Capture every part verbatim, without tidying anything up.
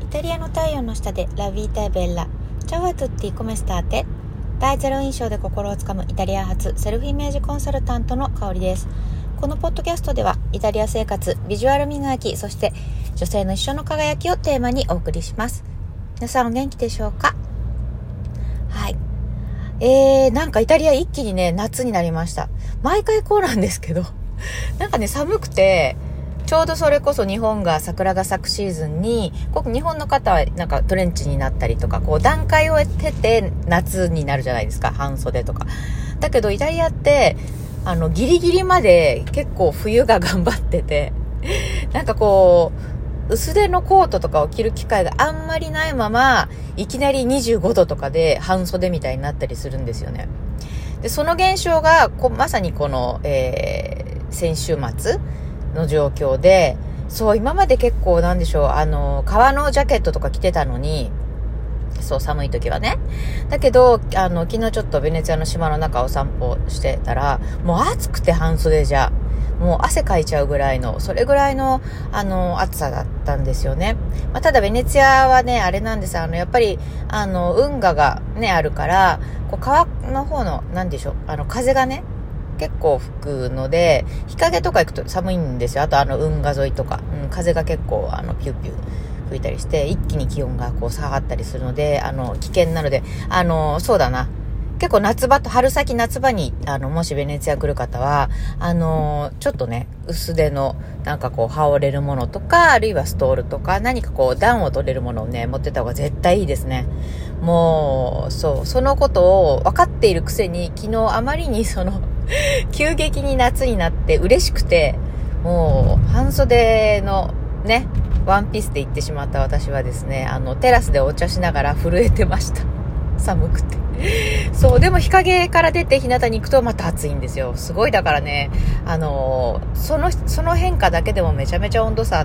タリアの太陽の下でラビータエベッラチャワトゥッティコメスターテ。第ゼロ印象で心をつかむイタリア発セルフイメージコンサルタントの香りです。このポッドキャストではイタリア生活、ビジュアル磨き、そして女性の一生の輝きをテーマにお送りします。皆さんお元気でしょうか？はい。えー、なんかイタリア一気にね夏になりました。毎回こうなんですけどなんかね寒くて、ちょうどそれこそ日本が桜が咲くシーズンに、ここ日本の方はなんかトレンチになったりとか、こう段階を経て夏になるじゃないですか、半袖とか。だけどイタリアってあのギリギリまで結構冬が頑張ってて、なんかこう薄手のコートとかを着る機会があんまりないまま、いきなりにじゅうごどとかで半袖みたいになったりするんですよね。でその現象がこまさにこの、えー、先週末の状況で、そう今まで結構なんでしょう、あの革のジャケットとか着てたのに、そう寒い時はね。だけどあの昨日ちょっとベネツィアの島の中を散歩してたら、もう暑くて半袖じゃもう汗かいちゃうぐらいの、それぐらいのあの暑さだったんですよね。まあ、ただベネツィアはねあれなんです。あのやっぱりあの運河がねあるから、こう川の方のなんでしょう、あの風がね結構吹くので、日陰とか行くと寒いんですよ。あとあの運河沿いとか、うん、風が結構あのピューピュー吹いたりして、一気に気温がこう下がったりするので、あの危険なので、あのそうだな、結構夏場と春先夏場にあのもしベネツィア来る方はあのちょっとね薄手のなんかこう羽織れるものとか、あるいはストールとか、何かこう暖を取れるものをね持ってた方が絶対いいですね。もうそうそのことを分かっているくせに、昨日あまりにその急激に夏になって嬉しくて、もう半袖のねワンピースで行ってしまった私はですね、あのテラスでお茶しながら震えてました。寒くて。そうでも日陰から出て日向に行くとまた暑いんですよ。すごい、だからね、あのそのその変化だけでもめちゃめちゃ温度差あって、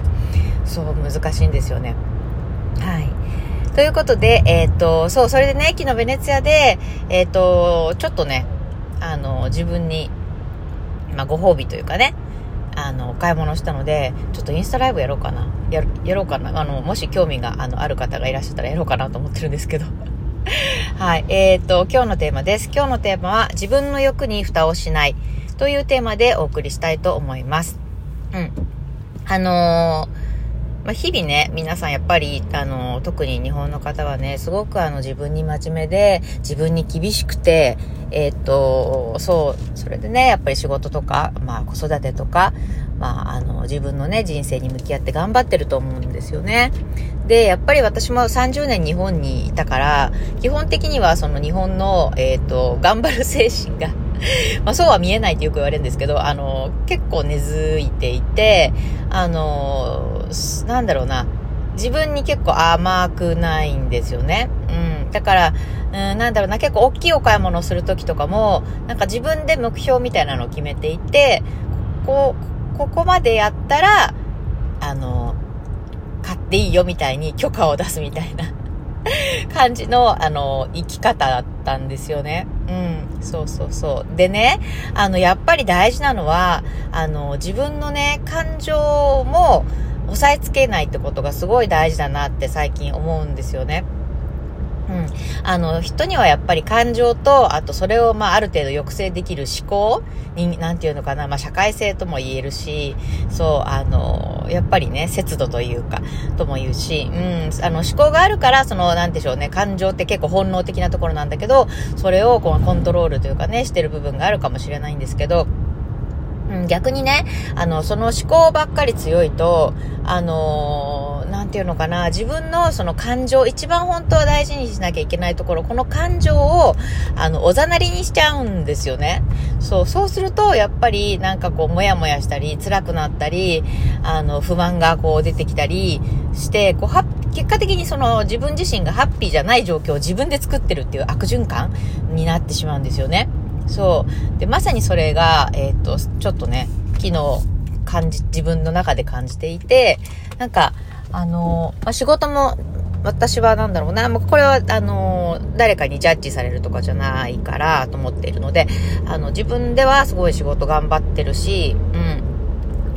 そう難しいんですよね。はい。ということで、えっとそうそれでね、昨日ベネツィアでえっとちょっとね、あの自分にまあご褒美というかね、あのお買い物したので、ちょっとインスタライブやろうかな、や, やろうかな、あのもし興味が あ, のある方がいらっしゃったらやろうかなと思ってるんですけどはい、えーと今日のテーマです。今日のテーマは自分の欲に蓋をしないというテーマでお送りしたいと思います。うんあのーまあ、日々ね、皆さんやっぱりあの特に日本の方はね、すごくあの自分に真面目で自分に厳しくて、えっとそうそれでね、やっぱり仕事とか、まあ、子育てとか、まあ、あの自分のね人生に向き合って頑張ってると思うんですよね。でやっぱり私もさんじゅうねん日本にいたから、基本的にはその日本の、えっと頑張る精神がまあそうは見えないってよく言われるんですけど、あの結構根付いていて、あのなんだろうな、自分に結構甘くないんですよね。うん、だから、うん、なんだろうな、結構大きいお買い物をするときとかも、なんか自分で目標みたいなのを決めていて、ここここまでやったらあの買っていいよみたいに許可を出すみたいな感じのあの生き方だったんですよね。うん、そうそうそう。でね、あのやっぱり大事なのは、あの自分のね感情も抑えつけないってことがすごい大事だなって最近思うんですよね。うん、あの人にはやっぱり感情と、あとそれをまあある程度抑制できる思考に、なんていうのかな、まあ社会性とも言えるし、そうあのやっぱりね節度というかとも言うし、うん、あの思考があるから、そのなんでしょうね、感情って結構本能的なところなんだけど、それをこうコントロールというかねしてる部分があるかもしれないんですけど、逆にね、あのその思考ばっかり強いと、あのー、なんていうのかな、自分のその感情、一番本当は大事にしなきゃいけないところ、この感情をあのおざなりにしちゃうんですよね。そうそうするとやっぱりなんかこうモヤモヤしたり辛くなったり、あの不満がこう出てきたりして、こうは結果的にその自分自身がハッピーじゃない状況を自分で作ってるっていう悪循環になってしまうんですよね。そうでまさにそれが、えー、とちょっとね昨日感じ自分の中で感じていて、なんかあの、まあ、仕事も私はなんだろうな、これはあの誰かにジャッジされるとかじゃないからと思っているので、あの自分ではすごい仕事頑張ってるし、うん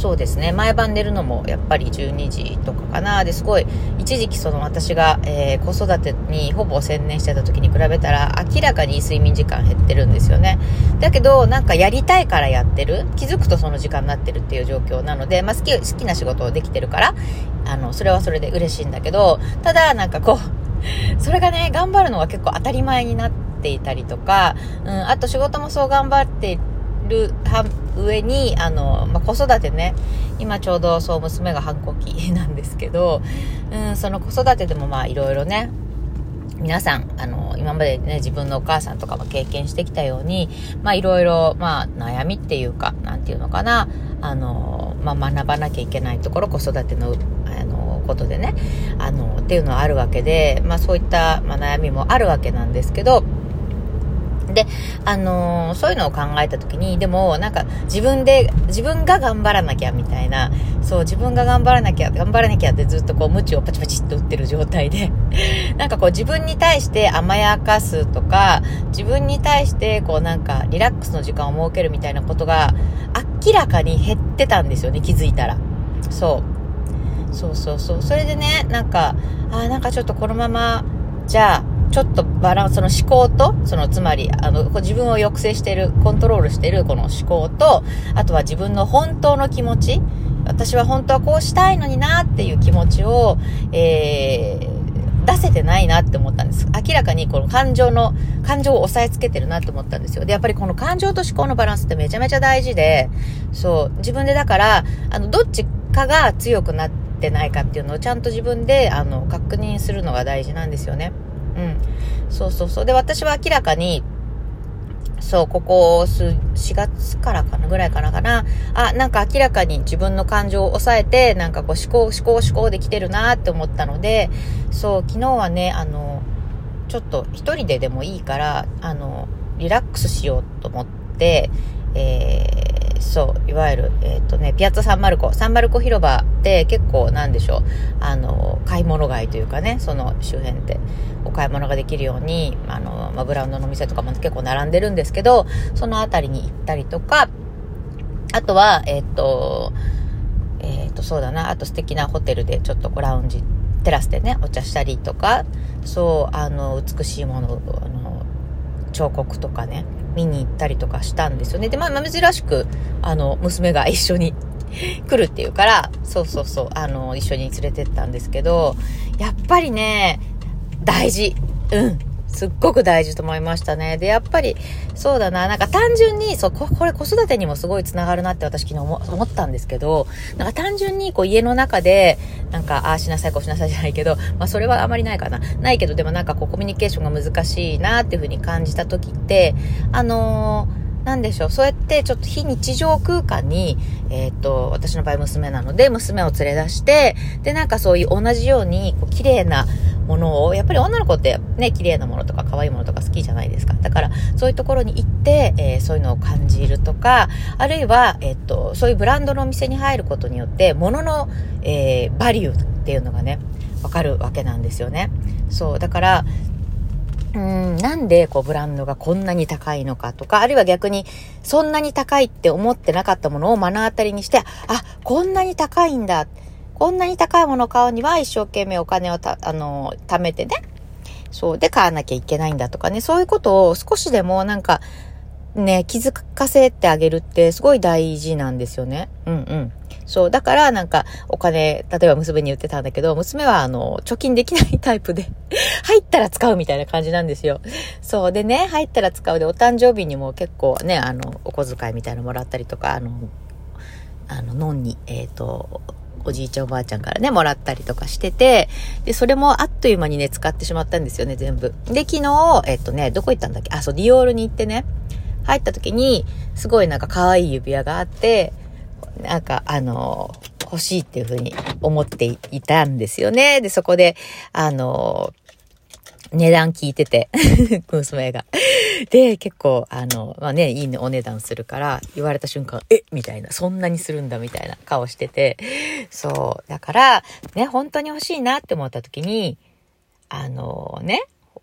そうですね、毎晩寝るのもやっぱりじゅうにじとかかな。ですごい一時期その私が、えー、子育てにほぼ専念してた時に比べたら明らかに睡眠時間減ってるんですよね。だけどなんかやりたいからやってる、気づくとその時間になってるっていう状況なので、まあ、好き、好きな仕事をできてるからあのそれはそれで嬉しいんだけど、ただなんかこうそれがね頑張るのが結構当たり前になっていたりとか、うん、あと仕事もそう頑張ってる上にあの、まあ、子育てね、今ちょうどそう娘が反抗期なんですけど、うん、その子育てでもまあいろいろね、皆さんあの今までね自分のお母さんとかも経験してきたように、まあいろいろまあ悩みっていうかなんていうのかな、あの、まあ、学ばなきゃいけないところ、子育てのあのことでね、あのっていうのはあるわけで、まあそういった、まあ、悩みもあるわけなんですけど、で、あのー、そういうのを考えたときに、でもなんか自分で自分が頑張らなきゃみたいな、そう自分が頑張らなきゃ頑張らなきゃってずっとこう鞭をパチパチっと打ってる状態でなんかこう自分に対して甘やかすとか、自分に対してこうなんかリラックスの時間を設けるみたいなことが明らかに減ってたんですよね、気づいたら。そうそうそうそう、それでね、なんかあなんかちょっとこのままじゃあちょっとバランス、その思考と、そのつまりあの自分を抑制している、コントロールしているこの思考と、あとは自分の本当の気持ち、私は本当はこうしたいのになっていう気持ちを、えー、出せてないなって思ったんです。明らかにこの感情の感情を抑えつけてるなって思ったんですよ。でやっぱりこの感情と思考のバランスってめちゃめちゃ大事で、そう自分でだからあのどっちかが強くなってないかっていうのをちゃんと自分であの確認するのが大事なんですよね。うん、そうそうそう。で、私は明らかに、そう、ここ数、しがつからかなぐらいかなかな。あ、なんか明らかに自分の感情を抑えて、なんかこう思考、思考、思考できてるなって思ったので、そう、昨日はね、あの、ちょっと一人ででもいいから、あの、リラックスしようと思って、えー、そう、いわゆる、えっとね、ピアッツァサンマルコ、サンマルコ広場って結構なんでしょう、あの、買い物街というかね、その周辺でお買い物ができるように、あの、まあ、ブランドのお店とかも結構並んでるんですけど、そのあたりに行ったりとか、あとは、えっと、えっと、そうだな、あと素敵なホテルでちょっとラウンジ、テラスでね、お茶したりとか、そう、あの、美しいもの、あの、彫刻とかね、見に行ったりとかしたんですよね。で、まあ、珍しく、あの、娘が一緒に来るっていうから、そうそうそう、あの、一緒に連れてったんですけど、やっぱりね、大事。うん。すっごく大事と思いましたね。で、やっぱり、そうだな、なんか単純に、そう、こ, これ子育てにもすごいつながるなって私昨日思思ったんですけど、なんか単純にこう家の中で、なんか、ああしなさい、こうしなさいじゃないけど、まあそれはあまりないかな。ないけど、でもなんかこうコミュニケーションが難しいなっていうふうに感じた時って、あのー、なんでしょう、そうやってちょっと非日常空間に、えっと、私の場合娘なので、娘を連れ出して、で、なんかそういう同じように、こう、綺麗なものを、やっぱり女の子ってね、綺麗なものとか可愛いものとか好きじゃないですか。だから、そういうところに行って、えー、そういうのを感じるとか、あるいは、えっと、そういうブランドのお店に入ることによって、物の、えー、バリューっていうのがね、わかるわけなんですよね。そう、だから、うーんなんでこうブランドがこんなに高いのかとか、あるいは逆にそんなに高いって思ってなかったものを目の当たりにして、あ、こんなに高いんだ、こんなに高いものを買うには一生懸命お金をたあの貯めてね、そうで買わなきゃいけないんだとかね、そういうことを少しでもなんかね気づかせてあげるってすごい大事なんですよね。うんうん。そう。だから、なんか、お金、例えば娘に言ってたんだけど、娘は、あの、貯金できないタイプで、入ったら使うみたいな感じなんですよ。そう。でね、入ったら使うで、お誕生日にも結構ね、あの、お小遣いみたいなのもらったりとか、あの、あの、のんに、えっと、おじいちゃんおばあちゃんからね、もらったりとかしてて、で、それもあっという間にね、使ってしまったんですよね、全部。で、昨日、えっとね、どこ行ったんだっけ？あ、そう、ディオールに行ってね、入った時に、すごいなんか可愛い指輪があって、なんか、あの、欲しいっていうふうに思っていたんですよね。で、そこで、あの、値段聞いてて、娘が。で、結構、あの、まあね、いいね、お値段するから、言われた瞬間、えみたいな、そんなにするんだみたいな顔してて、そう。だから、ね、本当に欲しいなって思った時に、あのね、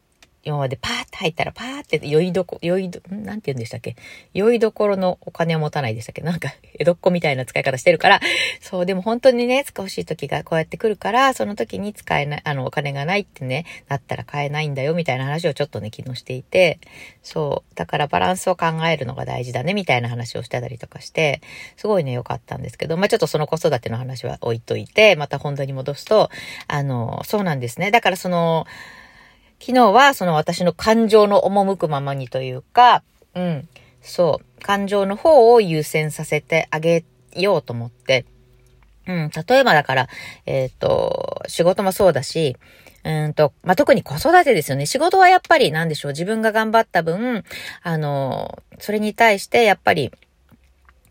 今までパーって入ったらパーって酔いどこ、酔いど、んなんて言うんでしたっけ、酔いどころのお金を持たないでしたっけ、なんか江戸っ子みたいな使い方してるから、そう、でも本当にね、使欲しい時がこうやって来るから、その時に使えない、あの、お金がないってね、なったら買えないんだよ、みたいな話をちょっとね、昨日していて、そう、だからバランスを考えるのが大事だね、みたいな話をしてたりとかして、すごいね、良かったんですけど、まあちょっとその子育ての話は置いといて、また本題に戻すと、あの、そうなんですね。だからその、昨日はその私の感情の赴くままにというか、うん、そう、感情の方を優先させてあげようと思って、うん、例えばだから、えっと、仕事もそうだし、うんと、まあ、特に子育てですよね。仕事はやっぱりなんでしょう、自分が頑張った分、あの、それに対してやっぱり、うん、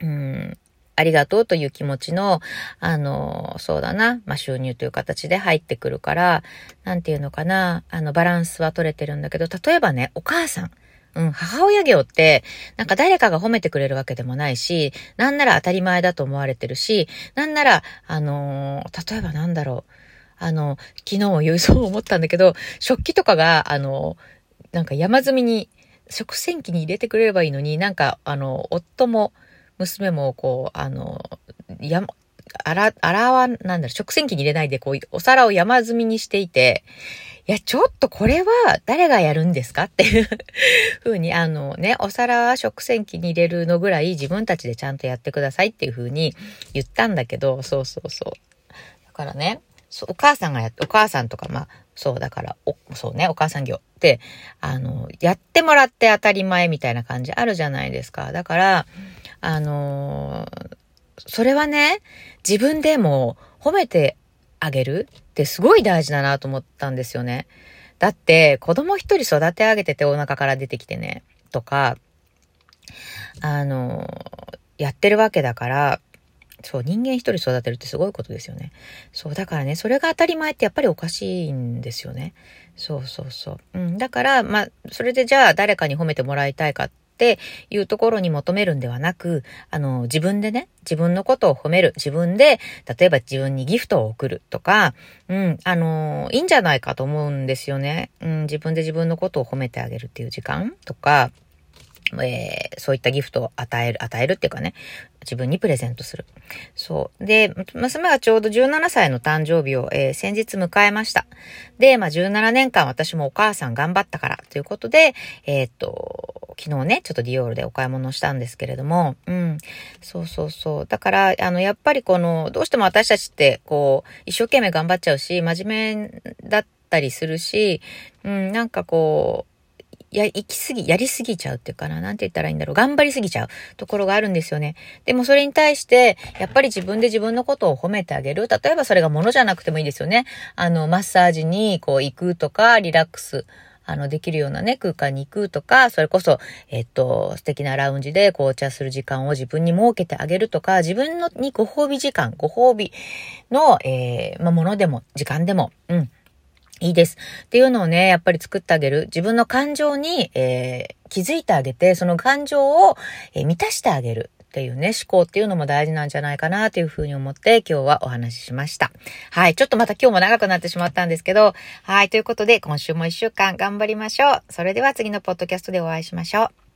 ありがとうという気持ちの、あの、そうだな、まあ、収入という形で入ってくるから、なんていうのかな、あの、バランスは取れてるんだけど、例えばね、お母さん。うん、母親業って、なんか誰かが褒めてくれるわけでもないし、なんなら当たり前だと思われてるし、なんなら、あのー、例えばなんだろう、あの、昨日も言うそう思ったんだけど、食器とかが、あの、なんか山積みに、食洗機に入れてくれればいいのに、なんか、あの、夫も、娘も、こう、あの、や、あら、洗わ、なんだろう、食洗機に入れないで、こう、お皿を山積みにしていて、いや、ちょっとこれは誰がやるんですかっていう風に、あのね、お皿は食洗機に入れるのぐらい自分たちでちゃんとやってくださいっていう風に言ったんだけど、そうそうそう。だからね、そうお母さんがやって、お母さんとか、まあ、そうだから、お、そうね、お母さん業って、あの、やってもらって当たり前みたいな感じあるじゃないですか。だから、あのー、それはね、自分でも褒めてあげるってすごい大事だなと思ったんですよね。だって子供一人育て上げててお腹から出てきてね、とか、あの、やってるわけだから、そう、人間一人育てるってすごいことですよね。そう、だからね、それが当たり前ってやっぱりおかしいんですよね。そうそうそう。うん、だから、まあ、それでじゃあ誰かに褒めてもらいたいかっていうところに求めるんではなく、あの、自分でね、自分のことを褒める。自分で、例えば自分にギフトを送るとか、うん、あの、いいんじゃないかと思うんですよね。うん、自分で自分のことを褒めてあげるっていう時間とか、えー、そういったギフトを与える、与えるっていうかね、自分にプレゼントする。そう。で、娘がちょうどじゅうななさいの誕生日を、えー、先日迎えました。で、まあ、じゅうななねんかん私もお母さん頑張ったからということで、えー、っと、昨日ね、ちょっとディオールでお買い物をしたんですけれども、うん。そうそうそう。だから、あの、やっぱりこの、どうしても私たちって、こう、一生懸命頑張っちゃうし、真面目だったりするし、うん、なんかこう、や、行き過ぎ、やりすぎちゃうっていうかな。なんて言ったらいいんだろう。頑張りすぎちゃうところがあるんですよね。でもそれに対して、やっぱり自分で自分のことを褒めてあげる。例えばそれが物じゃなくてもいいですよね。あの、マッサージにこう行くとか、リラックス、あの、できるようなね、空間に行くとか、それこそ、えっと、素敵なラウンジで紅茶する時間を自分に設けてあげるとか、自分のにご褒美時間、ご褒美の、えー、まあ、ものでも、時間でも、うん。いいです。っていうのをね、やっぱり作ってあげる。自分の感情に、えー、気づいてあげて、その感情を、えー、満たしてあげるっていうね、思考っていうのも大事なんじゃないかなというふうに思って今日はお話ししました。はい。ちょっとまた今日も長くなってしまったんですけど、はい。ということで、今週も一週間頑張りましょう。それでは次のポッドキャストでお会いしましょう。